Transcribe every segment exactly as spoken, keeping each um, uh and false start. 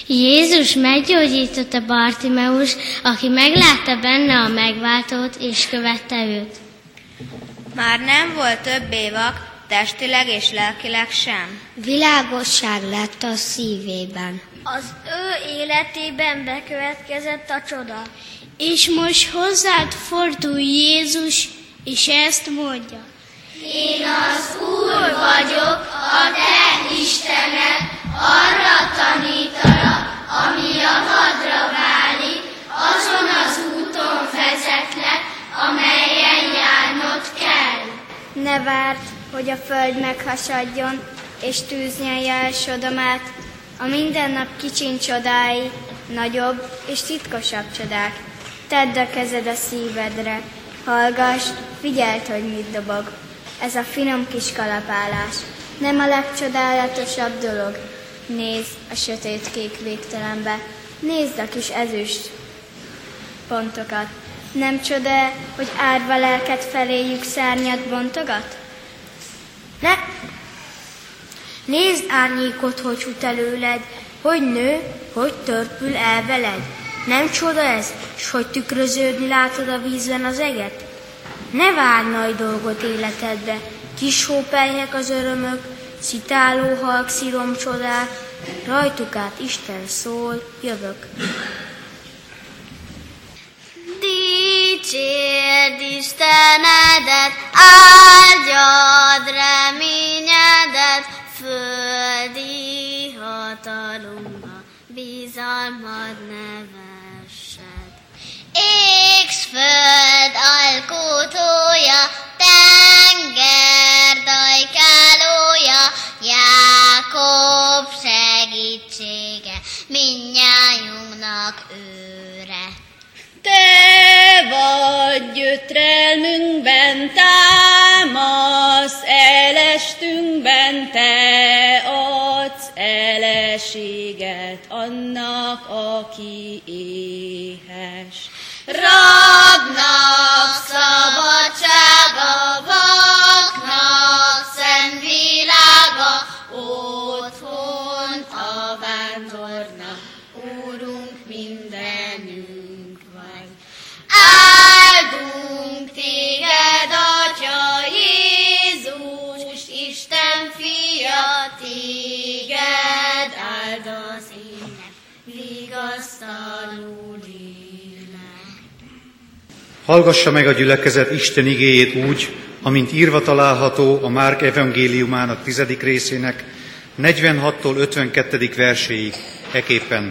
Jézus meggyógyította Bartimeus, aki meglátta benne a megváltót, és követte őt. Már nem volt többé vak, testileg és lelkileg sem. Világosság lett a szívében. Az ő életében bekövetkezett a csoda. És most hozzád fordul Jézus, és ezt mondja. Én az Úr vagyok, a te Istened, arra tanítalak, ami javadra válik, azon az úton vezetlek, amelyen járnod kell. Ne várd, hogy a föld meghasadjon, és tűz nyelje el Sodomát, a mindennap kicsin csodái, nagyobb és titkosabb csodák. Tedd a kezed a szívedre, hallgass, figyeld, hogy mit dobog. Ez a finom kis kalapálás. Nem a legcsodálatosabb dolog. Nézd a sötét-kék végtelenbe. Nézd a kis ezüst pontokat. Nem csoda, hogy árva lelked feléjük szárnyat bontogat? Ne! Nézd árnyékot, hogy hut előled, hogy nő, hogy törpül el veled. Nem csoda ez, s hogy tükröződni látod a vízben az eget? Ne várj nagy dolgot életedbe, kis hópelyhek az örömök, szitáló halk szírom csodák, rajtuk át Isten szól, jövök. Dicsérd Istenedet, áldjad reményedet, földi hatalomba bizalmad ne vessed. Égsz föld alkotója, tenger dajkálója, Jákob segítsége, mindnyájunknak őre. Te vagy gyötrelmünkben, támasz elestünkben, te adsz eleséget annak, aki éhes. Rabnak szabadsága, vaknak szent világa, otthon a vándornak, Úrunk mindenünk vagy. Áldunk téged, Atya, Jézus, Isten fia, téged áld az ének, vigasztaló lélek. Hallgassa meg a gyülekezet Isten igéjét úgy, amint írva található a Márk evangéliumának tizedik részének negyvenhattól ötvenkettedik verséig, eképpen.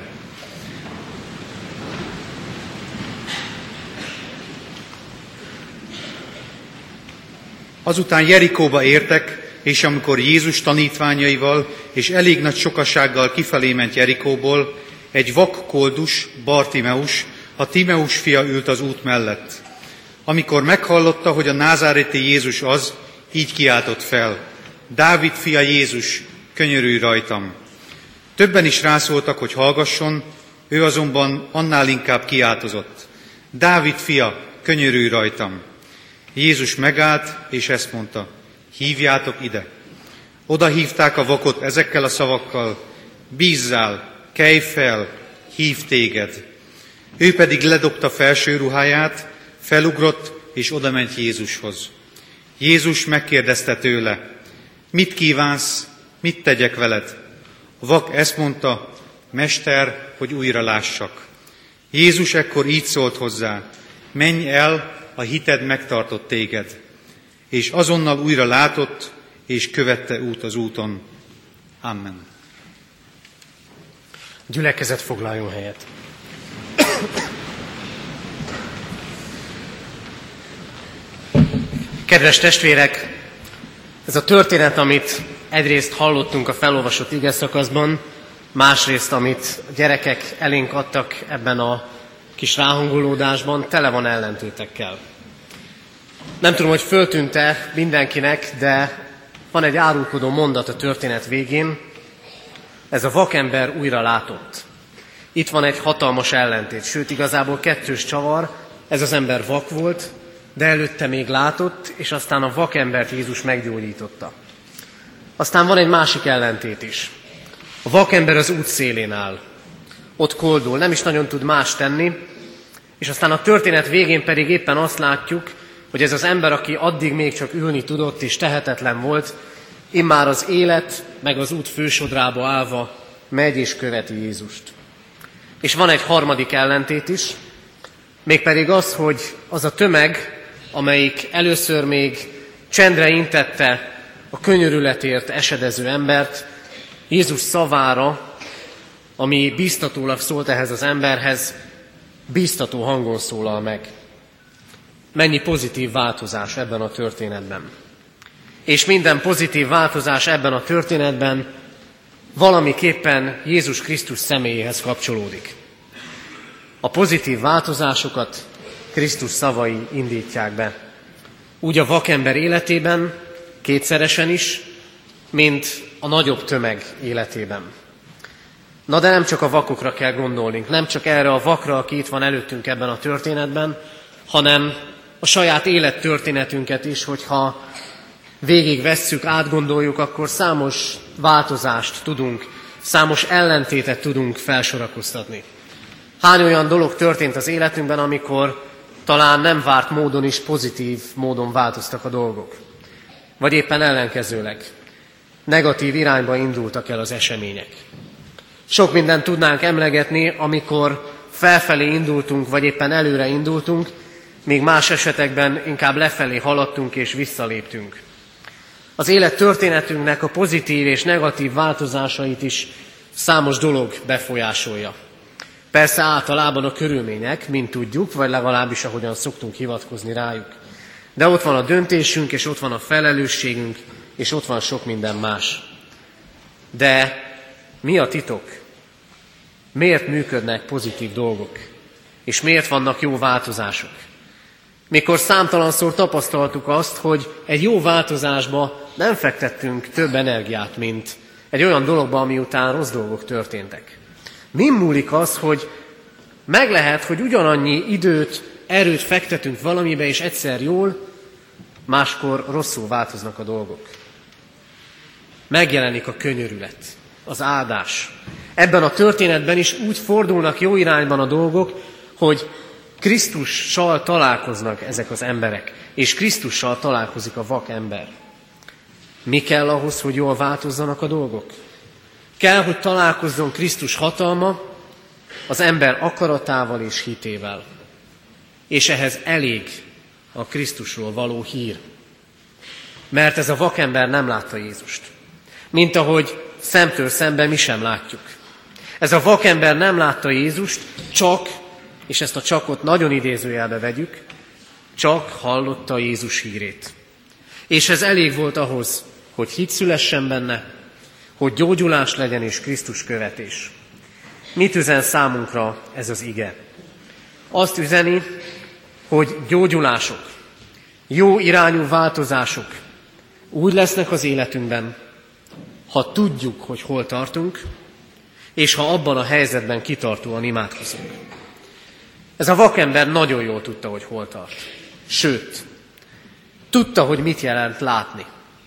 Azután Jerikóba értek, és amikor Jézus tanítványaival és elég nagy sokasággal kifelé ment Jerikóból, egy vak koldus, Bartimeus, a Timeus fia ült az út mellett. Amikor meghallotta, hogy a názáreti Jézus az, így kiáltott fel: Dávid fia Jézus, könyörülj rajtam! Többen is rászóltak, hogy hallgasson, ő azonban annál inkább kiáltozott: Dávid fia, könyörülj rajtam! Jézus megállt, és ezt mondta: hívjátok ide. Oda hívták a vakot ezekkel a szavakkal: bízzál, kelj fel, hív téged. Ő pedig ledobta felső ruháját, felugrott, és odament Jézushoz. Jézus megkérdezte tőle: mit kívánsz, mit tegyek veled? A vak ezt mondta: Mester, hogy újra lássak. Jézus ekkor így szólt hozzá: menj el, a hited megtartott téged. És azonnal újra látott, és követte út az úton. Amen. Gyülekezet, foglaljon helyet. Kedves testvérek, ez a történet, amit egyrészt hallottunk a felolvasott igeszakaszban, másrészt, amit a gyerekek elénk adtak ebben a kis ráhangolódásban, tele van ellentétekkel. Nem tudom, hogy föltűnt-e mindenkinek, de van egy árulkodó mondat a történet végén: ez a vakember újra látott. Itt van egy hatalmas ellentét, sőt igazából kettős csavar. Ez az ember vak volt, de előtte még látott, és aztán a vakembert Jézus meggyógyította. Aztán van egy másik ellentét is. A vakember az út szélén áll. ott koldul, nem is nagyon tud más tenni, és aztán a történet végén pedig éppen azt látjuk, hogy ez az ember, aki addig még csak ülni tudott és tehetetlen volt, immár az élet meg az út fősodrába állva megy és követi Jézust. És van egy harmadik ellentét is, mégpedig az, hogy az a tömeg, amelyik először még csendre intette a könyörületért esedező embert, Jézus szavára, ami bíztatólag szólt ehhez az emberhez, bíztató hangon szólal meg. Mennyi pozitív változás ebben a történetben. És minden pozitív változás ebben a történetben valamiképpen Jézus Krisztus személyéhez kapcsolódik. A pozitív változásokat Krisztus szavai indítják be. Úgy a vakember életében, kétszeresen is, mint a nagyobb tömeg életében. Na de nem csak a vakokra kell gondolnunk, nem csak erre a vakra, aki itt van előttünk ebben a történetben, hanem a saját élettörténetünket is, hogyha végigvesszük, átgondoljuk, akkor számos változást tudunk, számos ellentétet tudunk felsorakoztatni. Hány olyan dolog történt az életünkben, amikor talán nem várt módon is pozitív módon változtak a dolgok. Vagy éppen ellenkezőleg, negatív irányba indultak el az események. Sok mindent tudnánk emlegetni, amikor felfelé indultunk, vagy éppen előre indultunk, míg más esetekben inkább lefelé haladtunk és visszaléptünk. Az élet történetünknek a pozitív és negatív változásait is számos dolog befolyásolja. Persze általában a körülmények, mint tudjuk, vagy legalábbis ahogyan szoktunk hivatkozni rájuk. De ott van a döntésünk, és ott van a felelősségünk, és ott van sok minden más. De mi a titok? Miért működnek pozitív dolgok? És miért vannak jó változások? Mikor számtalanszor tapasztaltuk azt, hogy egy jó változásba nem fektettünk több energiát, mint egy olyan dologba, ami után rossz dolgok történtek. Min múlik az, hogy meg lehet, hogy ugyanannyi időt, erőt fektetünk valamibe, és egyszer jól, máskor rosszul változnak a dolgok. Megjelenik a könyörület, az áldás. Ebben a történetben is úgy fordulnak jó irányban a dolgok, hogy Krisztussal találkoznak ezek az emberek, és Krisztussal találkozik a vak ember. Mi kell ahhoz, hogy jól változzanak a dolgok? Kell, hogy találkozzon Krisztus hatalma az ember akaratával és hitével. És ehhez elég a Krisztusról való hír. Mert ez a vakember nem látta Jézust. Mint ahogy szemtől szemben mi sem látjuk. Ez a vakember nem látta Jézust, csak, és ezt a csakot nagyon idézőjelbe vegyük, csak hallotta Jézus hírét. És ez elég volt ahhoz, hogy hit szülessen benne, hogy gyógyulás legyen és Krisztus követés. Mit üzen számunkra ez az ige? Azt üzeni, hogy gyógyulások, jó irányú változások úgy lesznek az életünkben, ha tudjuk, hogy hol tartunk, és ha abban a helyzetben kitartóan imádkozunk. Ez a vakember nagyon jól tudta, hogy hol tart. Sőt, tudta, hogy mit jelent látni.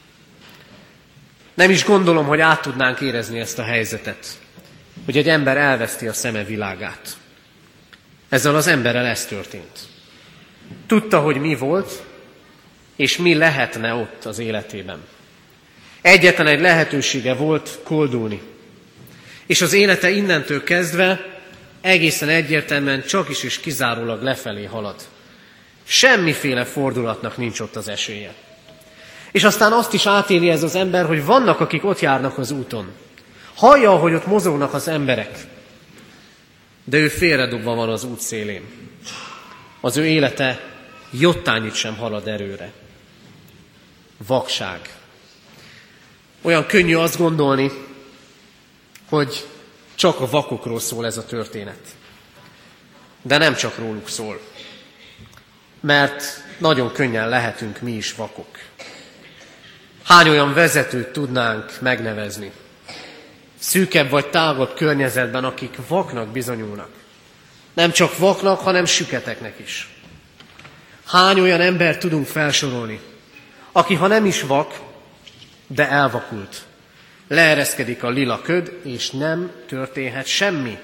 Nem is gondolom, hogy át tudnánk érezni ezt a helyzetet, hogy egy ember elveszti a szeme világát. Ezzel az emberrel ez történt. Tudta, hogy mi volt, és mi lehetne ott az életében. Egyetlen egy lehetősége volt koldulni. És az élete innentől kezdve egészen egyértelműen csak is és kizárólag lefelé halad. Semmiféle fordulatnak nincs ott az esélye. És aztán azt is átéli ez az ember, hogy vannak, akik ott járnak az úton. Hallja, hogy ott mozognak az emberek, de ő félredobva van az út szélén. Az ő élete jottányit sem halad erőre. Vakság. Olyan könnyű azt gondolni, hogy csak a vakokról szól ez a történet. De nem csak róluk szól. Mert nagyon könnyen lehetünk mi is vakok. Hány olyan vezetőt tudnánk megnevezni? Szűkebb vagy tágabb környezetben, akik vaknak bizonyulnak. Nem csak vaknak, hanem süketeknek is. Hány olyan ember tudunk felsorolni, aki ha nem is vak, de elvakult. Leereszkedik a lila köd, és nem történhet semmi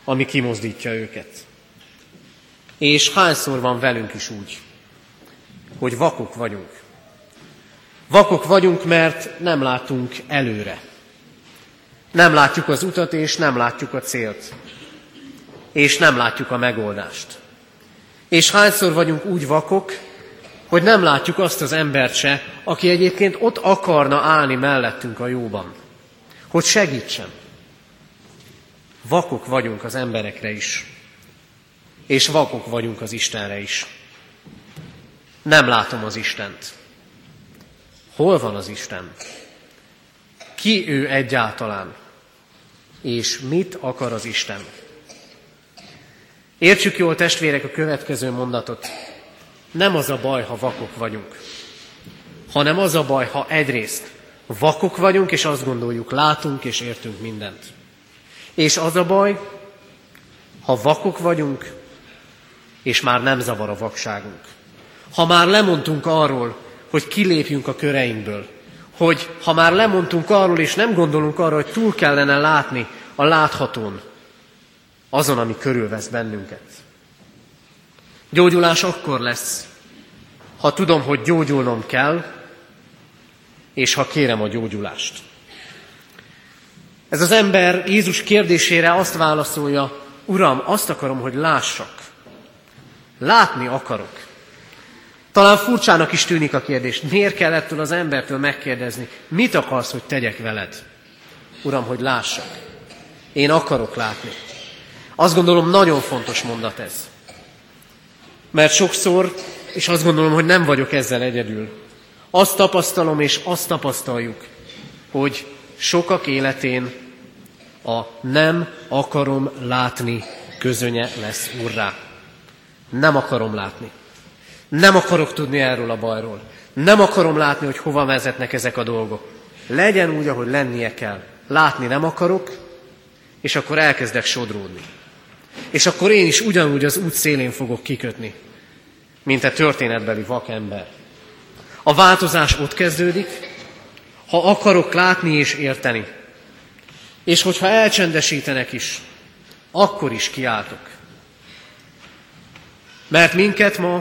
ami kimozdítja őket. És hányszor van velünk is úgy, hogy vakok vagyunk. Vakok vagyunk, mert nem látunk előre. Nem látjuk az utat, és nem látjuk a célt. És nem látjuk a megoldást. És hányszor vagyunk úgy vakok, hogy nem látjuk azt az embert se, aki egyébként ott akarna állni mellettünk a jóban, hogy segítsen. Vakok vagyunk az emberekre is, és vakok vagyunk az Istenre is. Nem látom az Istent. Hol van az Isten? Ki ő egyáltalán? És mit akar az Isten? Értsük jól, testvérek, a következő mondatot. Nem az a baj, ha vakok vagyunk, hanem az a baj, ha egyrészt vakok vagyunk, és azt gondoljuk, látunk és értünk mindent. És az a baj, ha vakok vagyunk, és már nem zavar a vakságunk. Ha már lemondtunk arról, hogy kilépjünk a köreinkből, hogy ha már lemondtunk arról, és nem gondolunk arra, hogy túl kellene látni a láthatón, azon, ami körülvesz bennünket. Gyógyulás akkor lesz, ha tudom, hogy gyógyulnom kell, és ha kérem a gyógyulást. Ez az ember Jézus kérdésére azt válaszolja, Uram, azt akarom, hogy lássak. Látni akarok. Talán furcsának is tűnik a kérdés. Miért kell ettől az embertől megkérdezni? Mit akarsz, hogy tegyek veled? Uram, hogy lássak. Én akarok látni. Azt gondolom, nagyon fontos mondat ez. Mert sokszor, és azt gondolom, hogy nem vagyok ezzel egyedül, azt tapasztalom és azt tapasztaljuk, hogy sokak életén a nem akarom látni közönye lesz úrrá. Nem akarom látni. Nem akarok tudni erről a bajról. Nem akarom látni, hogy hova vezetnek ezek a dolgok. Legyen úgy, ahogy lennie kell. Látni nem akarok, és akkor elkezdek sodródni. És akkor én is ugyanúgy az út szélén fogok kikötni, mint a történetbeli vakember. A változás ott kezdődik, ha akarok látni és érteni. És hogyha elcsendesítenek is, akkor is kiáltok. Mert minket ma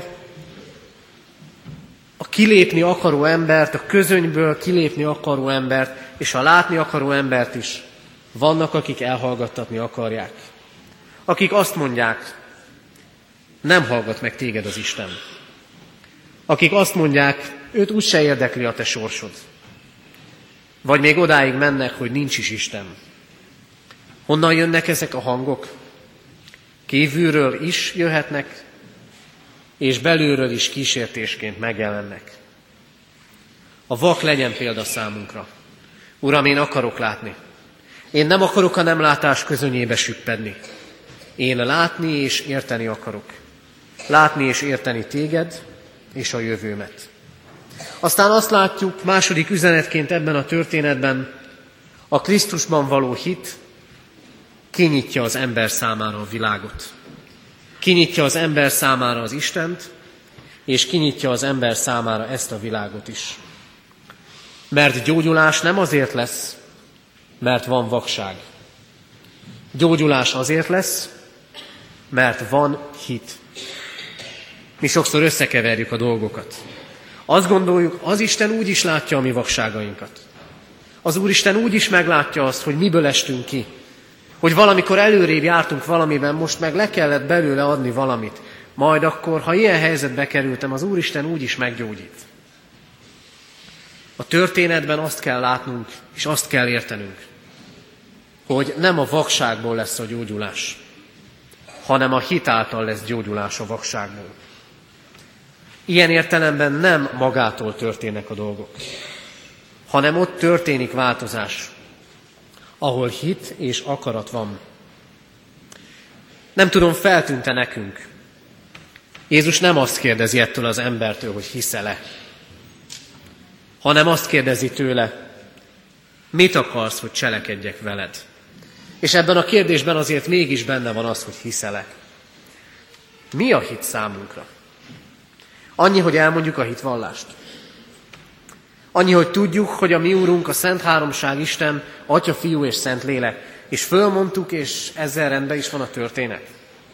a kilépni akaró embert, a közönyből kilépni akaró embert, és a látni akaró embert is vannak, akik elhallgattatni akarják. Akik azt mondják, nem hallgat meg téged az Isten. Akik azt mondják, őt úgyse érdekli a te sorsod. Vagy még odáig mennek, hogy nincs is Isten. Honnan jönnek ezek a hangok? Kívülről is jöhetnek, és belülről is kísértésként megjelennek. A vak legyen példa számunkra. Uram, én akarok látni. Én nem akarok a nem látás közönyébe süppedni. Én látni és érteni akarok. Látni és érteni téged és a jövőmet. Aztán azt látjuk második üzenetként ebben a történetben, a Krisztusban való hit kinyitja az ember számára a világot. Kinyitja az ember számára az Istent, és kinyitja az ember számára ezt a világot is. Mert gyógyulás nem azért lesz, mert van vakság. Gyógyulás azért lesz, mert van hit. Mi sokszor összekeverjük a dolgokat. Azt gondoljuk, az Isten úgy is látja a mi vakságainkat. Az Úristen úgy is meglátja azt, hogy miből estünk ki. Hogy valamikor előrébb jártunk valamiben, most meg le kellett belőle adni valamit. Majd akkor, ha ilyen helyzetbe kerültem, az Úristen úgy is meggyógyít. A történetben azt kell látnunk, és azt kell értenünk, hogy nem a vakságból lesz a gyógyulás, hanem a hit által lesz gyógyulás a vakságból. Ilyen értelemben nem magától történnek a dolgok, hanem ott történik változás, ahol hit és akarat van. Nem tudom, feltűnte nekünk. Jézus nem azt kérdezi ettől az embertől, hogy hisze-e, hanem azt kérdezi tőle, mit akarsz, hogy cselekedjek veled? És ebben a kérdésben azért mégis benne van az, hogy hiszel-e. Mi a hit számunkra? Annyi, hogy elmondjuk a hitvallást. Annyi, hogy tudjuk, hogy a mi Úrunk, a Szent Háromság Isten, Atya, Fiú és Szent Lélek és fölmondtuk, és ezzel rendben is van a történet.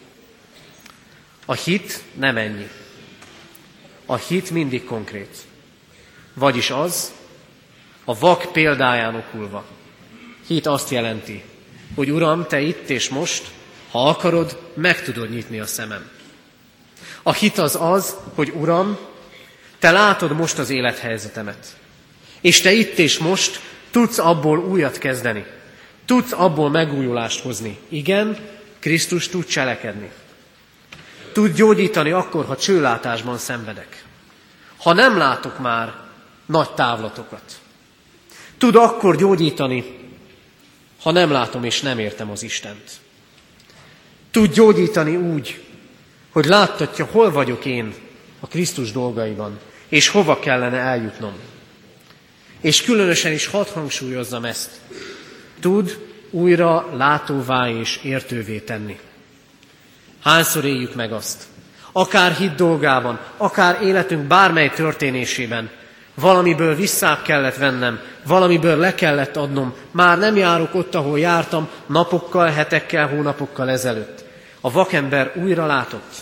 A hit nem ennyi. A hit mindig konkrét. Vagyis az, a vak példáján okulva. Hit azt jelenti, hogy Uram, te itt és most, ha akarod, meg tudod nyitni a szemem. A hit az az, hogy Uram, te látod most az élethelyzetemet. És te itt és most tudsz abból újat kezdeni. Tudsz abból megújulást hozni. Igen, Krisztus tud cselekedni. Tud gyógyítani akkor, ha csőlátásban szenvedek. Ha nem látok már nagy távlatokat. Tud akkor gyógyítani, ha nem látom és nem értem az Istent. Tud gyógyítani úgy, hogy láttatja, hol vagyok én a Krisztus dolgaiban, és hova kellene eljutnom. És különösen is hadd hangsúlyozzam ezt. Tud újra látóvá és értővé tenni. Hányszor éljük meg azt? Akár hit dolgában, akár életünk bármely történésében, valamiből vissza kellett vennem, valamiből le kellett adnom, már nem járok ott, ahol jártam napokkal, hetekkel, hónapokkal ezelőtt. A vakember újra látott.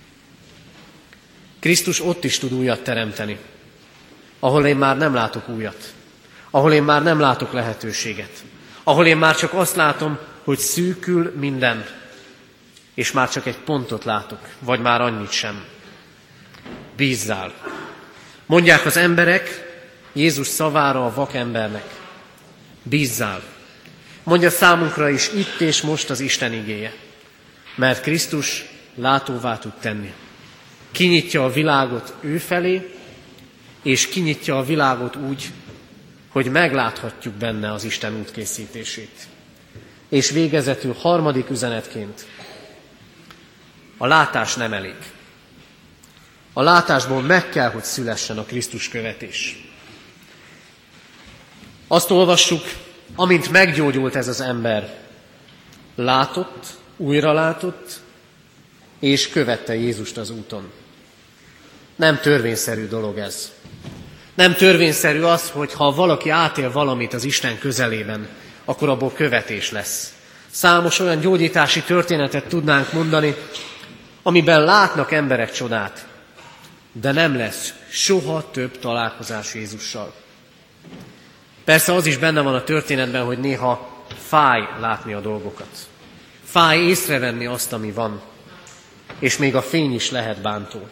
Krisztus ott is tud újat teremteni, ahol én már nem látok újat, ahol én már nem látok lehetőséget, ahol én már csak azt látom, hogy szűkül minden, és már csak egy pontot látok, vagy már annyit sem. Bízzál! Mondják az emberek Jézus szavára a vakembernek. Bízzál! Mondja számunkra is itt és most az Isten igéje, mert Krisztus látóvá tud tenni. Kinyitja a világot ő felé, és kinyitja a világot úgy, hogy megláthatjuk benne az Isten útkészítését. És végezetül harmadik üzenetként, a látás nem elég. A látásból meg kell, hogy szülessen a Krisztus követés. Azt olvassuk, amint meggyógyult ez az ember, látott, újra látott, és követte Jézust az úton. Nem törvényszerű dolog ez. Nem törvényszerű az, hogy ha valaki átél valamit az Isten közelében, akkor abból követés lesz. Számos olyan gyógyítási történetet tudnánk mondani, amiben látnak emberek csodát, de nem lesz soha több találkozás Jézussal. Persze az is benne van a történetben, hogy néha fáj látni a dolgokat. Fáj észrevenni azt, ami van, és még a fény is lehet bántó.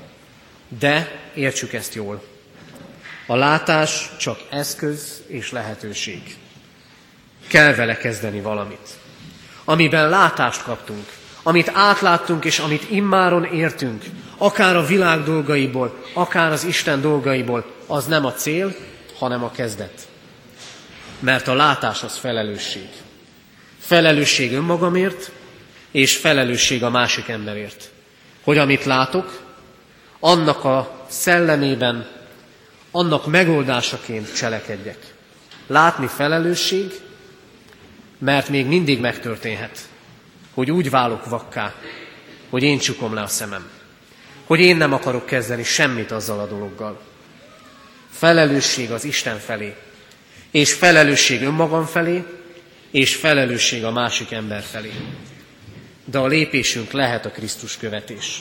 De értsük ezt jól. A látás csak eszköz és lehetőség. Kell vele kezdeni valamit. Amiben látást kaptunk, amit átláttunk és amit immáron értünk, akár a világ dolgaiból, akár az Isten dolgaiból, az nem a cél, hanem a kezdet. Mert a látás az felelősség. Felelősség önmagamért, és felelősség a másik emberért. Hogy amit látok, annak a szellemében, annak megoldásaként cselekedjek. Látni felelősség, mert még mindig megtörténhet, hogy úgy válok vakká, hogy én csukom le a szemem. Hogy én nem akarok kezdeni semmit azzal a dologgal. Felelősség az Isten felé, és felelősség önmagam felé, és felelősség a másik ember felé. De a lépésünk lehet a Krisztus követés.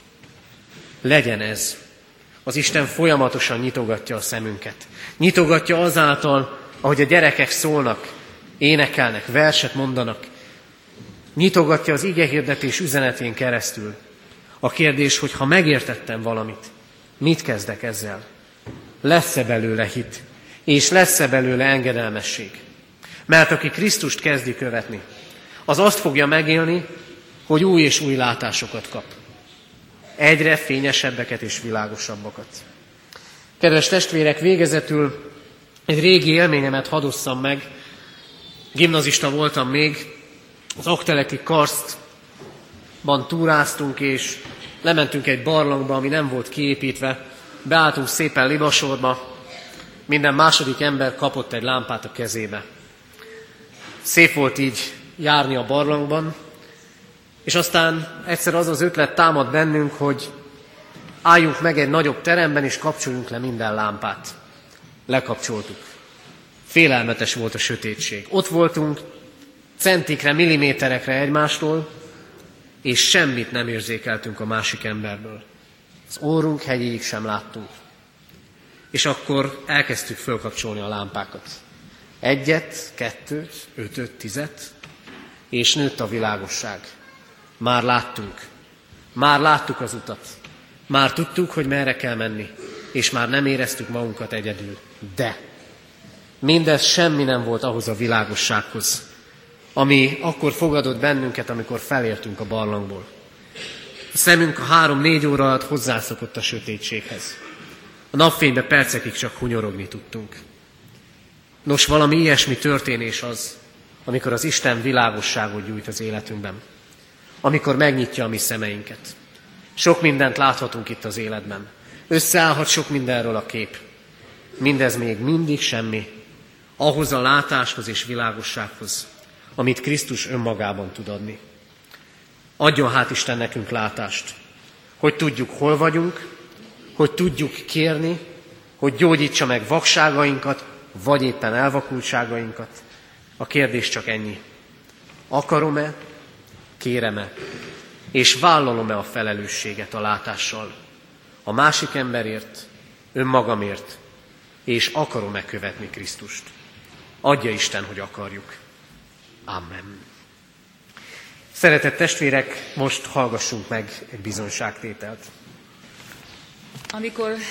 Legyen ez. Az Isten folyamatosan nyitogatja a szemünket. Nyitogatja azáltal, ahogy a gyerekek szólnak, énekelnek, verset mondanak. Nyitogatja az igehirdetés üzenetén keresztül. A kérdés, hogy ha megértettem valamit, mit kezdek ezzel? Lesz-e belőle hit, és lesz-e belőle engedelmesség? Mert aki Krisztust kezdi követni, az azt fogja megélni, hogy új és új látásokat kap. Egyre fényesebbeket és világosabbakat. Kedves testvérek, végezetül egy régi élményemet hadd osszam meg. Gimnazista voltam még, az Aggteleki karsztban túráztunk, és lementünk egy barlangba, ami nem volt kiépítve, beálltunk szépen libasorba, minden második ember kapott egy lámpát a kezébe. Szép volt így járni a barlangban, és aztán egyszer az az ötlet támad bennünk, hogy álljunk meg egy nagyobb teremben, és kapcsoljunk le minden lámpát. Lekapcsoltuk. Félelmetes volt a sötétség. Ott voltunk, centikre, milliméterekre egymástól, és semmit nem érzékeltünk a másik emberből. Az órunk hegyéig sem láttunk. És akkor elkezdtük fölkapcsolni a lámpákat. Egyet, kettőt, ötöt, tizet, és nőtt a világosság. Már láttunk. Már láttuk az utat. Már tudtuk, hogy merre kell menni, és már nem éreztük magunkat egyedül. De mindez semmi nem volt ahhoz a világossághoz, ami akkor fogadott bennünket, amikor felértünk a barlangból. A szemünk a három-négy óra alatt hozzászokott a sötétséghez. A napfénybe percekig csak hunyorogni tudtunk. Nos, valami ilyesmi történés az, amikor az Isten világosságot gyújt az életünkben. Amikor megnyitja a mi szemeinket. Sok mindent láthatunk itt az életben. Összeállhat sok mindenről a kép. Mindez még mindig semmi ahhoz a látáshoz és világossághoz, amit Krisztus önmagában tud adni. Adjon hát Isten nekünk látást, hogy tudjuk, hol vagyunk, hogy tudjuk kérni, hogy gyógyítsa meg vakságainkat, vagy éppen elvakultságainkat. A kérdés csak ennyi. Akarom-e, kérem-e, és vállalom-e a felelősséget a látással, a másik emberért, önmagamért, és akarom-e követni Krisztust? Adja Isten, hogy akarjuk. Amen. Szeretett testvérek, most hallgassunk meg egy bizonyságtételt. Amikor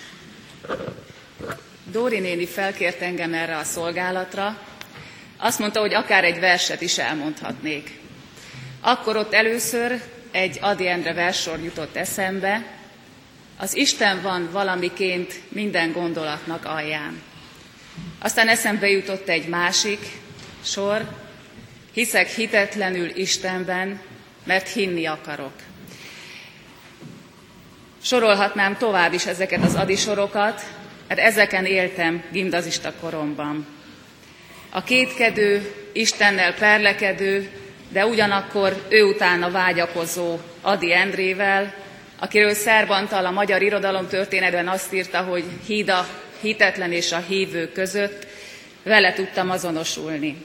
Dóri néni felkért engem erre a szolgálatra, azt mondta, hogy akár egy verset is elmondhatnék. Akkor ott először egy Ady Endre verssor jutott eszembe: az Isten van valamiként minden gondolatnak alján. Aztán eszembe jutott egy másik sor: hiszek hitetlenül Istenben, mert hinni akarok. Sorolhatnám tovább is ezeket az Ady sorokat, mert ezeken éltem gimnazista koromban. A kétkedő, Istennel perlekedő, de ugyanakkor ő utána vágyakozó Ady Endrével, akiről Szerb Antal a magyar irodalomtörténetben azt írta, hogy híd a hitetlen és a hívő között, vele tudtam azonosulni.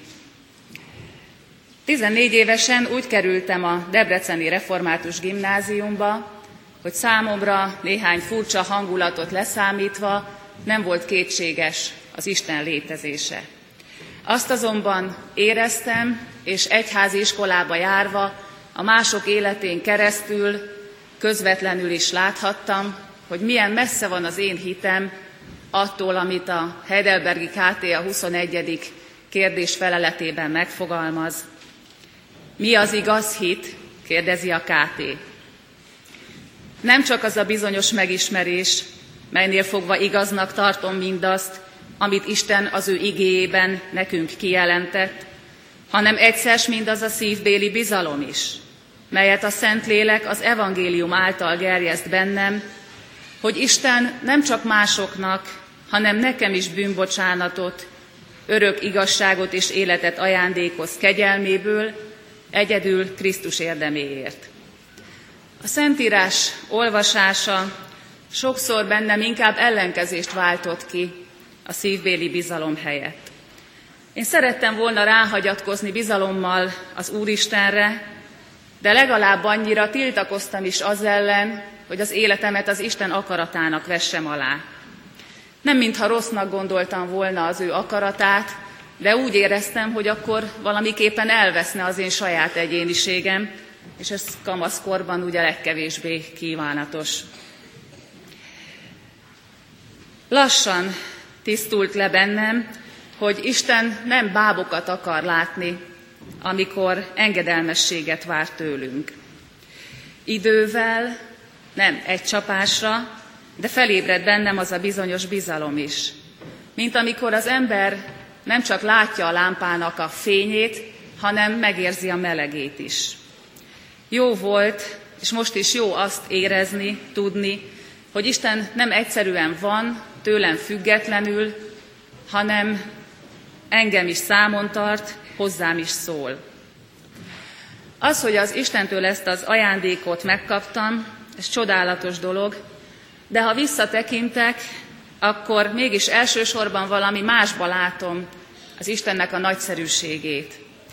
tizennégy évesen úgy kerültem a Debreceni Református Gimnáziumba, hogy számomra néhány furcsa hangulatot leszámítva nem volt kétséges az Isten létezése. Azt azonban éreztem, és egyházi iskolába járva a mások életén keresztül közvetlenül is láthattam, hogy milyen messze van az én hitem attól, amit a Heidelbergi ká té a huszonegyedik kérdés feleletében megfogalmaz. Mi az igaz hit? Kérdezi a ká té. Nem csak az a bizonyos megismerés, melynél fogva igaznak tartom mindazt, amit Isten az ő igéjében nekünk kijelentett, hanem egyszer mindaz a szívbéli bizalom is, melyet a Szentlélek az evangélium által gerjeszt bennem, hogy Isten nem csak másoknak, hanem nekem is bűnbocsánatot, örök igazságot és életet ajándékoz kegyelméből, egyedül Krisztus érdeméért. A Szentírás olvasása sokszor bennem inkább ellenkezést váltott ki a szívbéli bizalom helyett. Én szerettem volna ráhagyatkozni bizalommal az Úristenre, de legalább annyira tiltakoztam is az ellen, hogy az életemet az Isten akaratának vessem alá. Nem mintha rossznak gondoltam volna az ő akaratát, de úgy éreztem, hogy akkor valamiképpen elveszne az én saját egyéniségem, és ez kamaszkorban ugye legkevésbé kívánatos. Lassan tisztult le bennem, hogy Isten nem bábokat akar látni, amikor engedelmességet vár tőlünk. Idővel, nem egy csapásra, de felébred bennem az a bizonyos bizalom is. Mint amikor az ember nem csak látja a lámpának a fényét, hanem megérzi a melegét is. Jó volt, és most is jó azt érezni, tudni, hogy Isten nem egyszerűen van, tőlem függetlenül, hanem engem is számon tart, hozzám is szól. Az, hogy az Istentől ezt az ajándékot megkaptam, ez csodálatos dolog, de ha visszatekintek, akkor mégis elsősorban valami másba látom az Istennek a nagyszerűségét.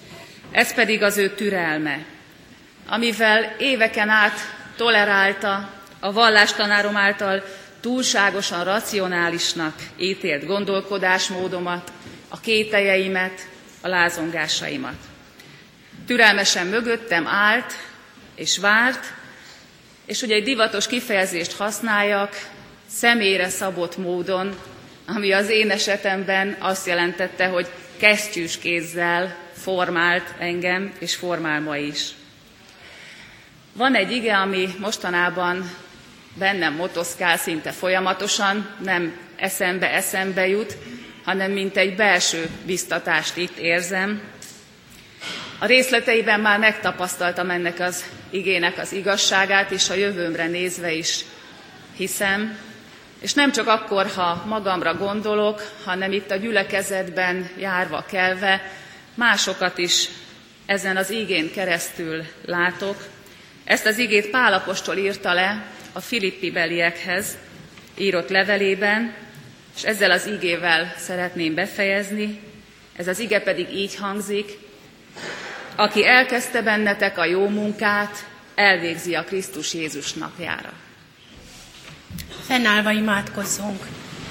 Ez pedig az ő türelme, amivel éveken át tolerálta a vallástanárom által túlságosan racionálisnak ítélt gondolkodásmódomat, a kételjeimet, a lázongásaimat. Türelmesen mögöttem állt és várt, és hogy egy divatos kifejezést használjak, személyre szabott módon, ami az én esetemben azt jelentette, hogy kesztyűs kézzel formált engem, és formál ma is. Van egy ige, ami mostanában bennem motoszkál szinte folyamatosan, nem eszembe-eszembe jut, hanem mint egy belső biztatást itt érzem. A részleteiben már megtapasztaltam ennek az igének az igazságát, és a jövőmre nézve is hiszem, és nem csak akkor, ha magamra gondolok, hanem itt a gyülekezetben járva, kelve, másokat is ezen az igén keresztül látok. Ezt az igét Pál apostol írta le a filippi beliekhez írott levelében, és ezzel az igével szeretném befejezni. Ez az ige pedig így hangzik: aki elkezdte bennetek a jó munkát, elvégzi a Krisztus Jézus napjára. Fennállva imádkozzunk.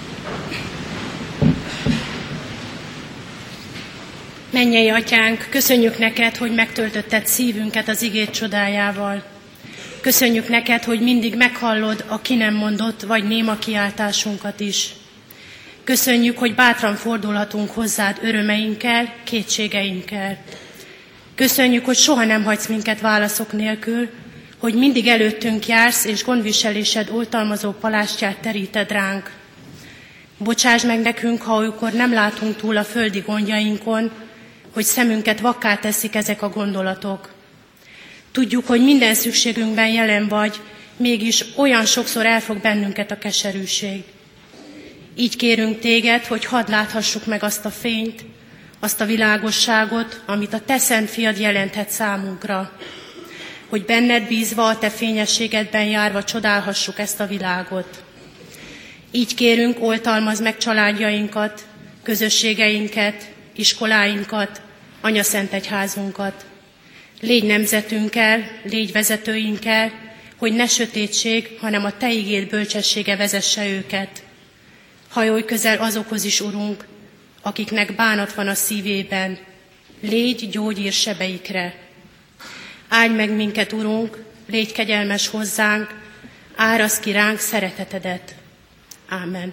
Mennyei Atyánk, köszönjük neked, hogy megtöltötted szívünket az igét csodájával. Köszönjük neked, hogy mindig meghallod a ki nem mondott vagy néma kiáltásunkat is. Köszönjük, hogy bátran fordulhatunk hozzád örömeinkkel, kétségeinkkel. Köszönjük, hogy soha nem hagysz minket válaszok nélkül, hogy mindig előttünk jársz, és gondviselésed oltalmazó palástját teríted ránk. Bocsáss meg nekünk, ha olykor nem látunk túl a földi gondjainkon, hogy szemünket vakká teszik ezek a gondolatok. Tudjuk, hogy minden szükségünkben jelen vagy, mégis olyan sokszor elfog bennünket a keserűség. Így kérünk téged, hogy hadd láthassuk meg azt a fényt, azt a világosságot, amit a te szent fiad jelenthet számunkra, hogy benned bízva, a te fényességedben járva csodálhassuk ezt a világot. Így kérünk, oltalmazd meg családjainkat, közösségeinket, iskoláinkat, anyaszentegyházunkat. Légy nemzetünkkel, légy vezetőinkkel, hogy ne sötétség, hanem a te igéd bölcsessége vezesse őket. Hajolj közel azokhoz is, Urunk, akiknek bánat van a szívében, légy gyógyír sebeikre. Áldj meg minket, Urunk, légy kegyelmes hozzánk, áraszd ki ránk szeretetedet. Ámen.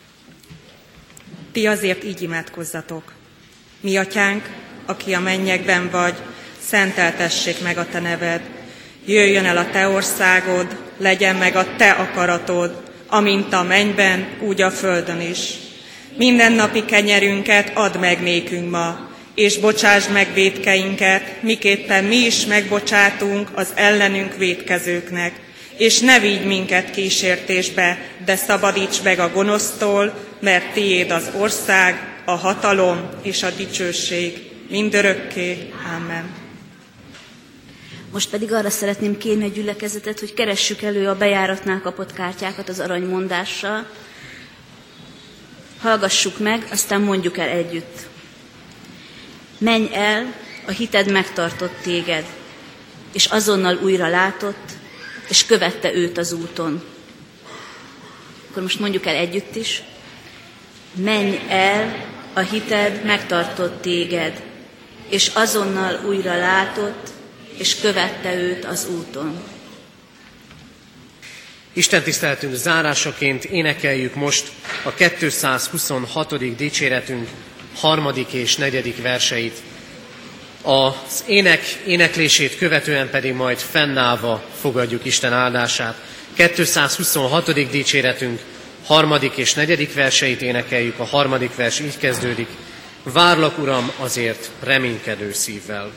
Ti azért így imádkozzatok. Mi Atyánk, aki a mennyekben vagy, szenteltessék meg a te neved. Jöjjön el a te országod, legyen meg a te akaratod, amint a mennyben, úgy a földön is. Mindennapi kenyerünket add meg nékünk ma, és bocsásd meg vétkeinket, miképpen mi is megbocsátunk az ellenünk vétkezőknek. És ne vigy minket kísértésbe, de szabadíts meg a gonosztól, mert tiéd az ország, a hatalom és a dicsőség mindörökké. Amen. Most pedig arra szeretném kérni a gyülekezetet, hogy keressük elő a bejáratnál kapott kártyákat az aranymondással. Hallgassuk meg, aztán mondjuk el együtt. Menj el, a hited megtartott téged, és azonnal újra látott, és követte őt az úton. Akkor most mondjuk el együtt is. Menj el, a hited megtartott téged, és azonnal újra látott, és követte őt az úton. Isten tiszteletünk zárásaként énekeljük most a kétszázhuszonhatodik dicséretünk harmadik és negyedik verseit. Az ének éneklését követően pedig majd fennállva fogadjuk Isten áldását. kétszázhuszonhatodik dicséretünk harmadik és negyedik verseit énekeljük. A harmadik vers így kezdődik: várlak, Uram, azért reménykedő szívvel.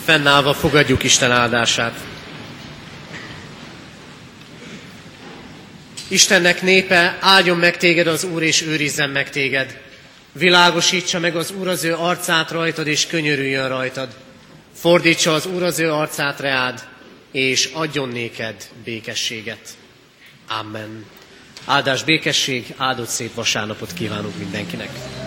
Fennállva fogadjuk Isten áldását. Istennek népe, áldjon meg téged az Úr, és őrizzen meg téged. Világosítsa meg az Úr az ő arcát rajtad, és könyörüljön rajtad. Fordítsa az Úr az ő arcát reád, és adjon néked békességet. Amen. Áldás, békesség, áldott szép vasárnapot kívánunk mindenkinek.